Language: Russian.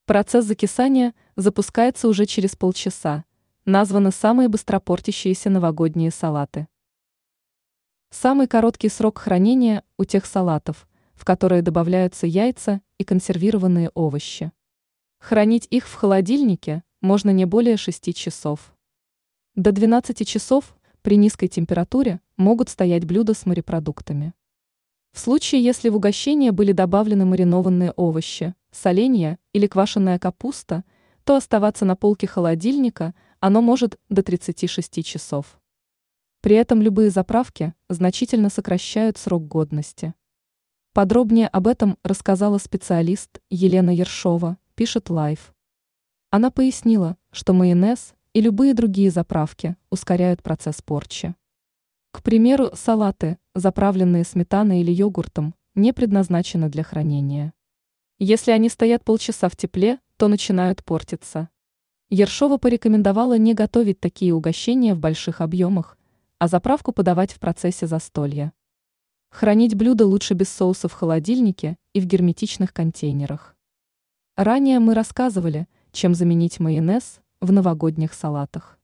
Процесс закисания запускается уже через полчаса. Названы самые быстропортящиеся новогодние салаты. Самый короткий срок хранения у тех салатов, в которые добавляются яйца и консервированные овощи. Хранить их в холодильнике можно не более 6 часов. До 12 часов при низкой температуре могут стоять блюда с морепродуктами. В случае, если в угощение были добавлены маринованные овощи, соленья или квашеная капуста, то оставаться на полке холодильника оно может до 36 часов. При этом любые заправки значительно сокращают срок годности. Подробнее об этом рассказала специалист Елена Ершова, пишет Life. Она пояснила, что майонез и любые другие заправки ускоряют процесс порчи. К примеру, салаты, заправленные сметаной или йогуртом, не предназначены для хранения. Если они стоят полчаса в тепле, то начинают портиться. Ершова порекомендовала не готовить такие угощения в больших объемах, а заправку подавать в процессе застолья. Хранить блюда лучше без соуса в холодильнике и в герметичных контейнерах. Ранее мы рассказывали, чем заменить майонез в новогодних салатах.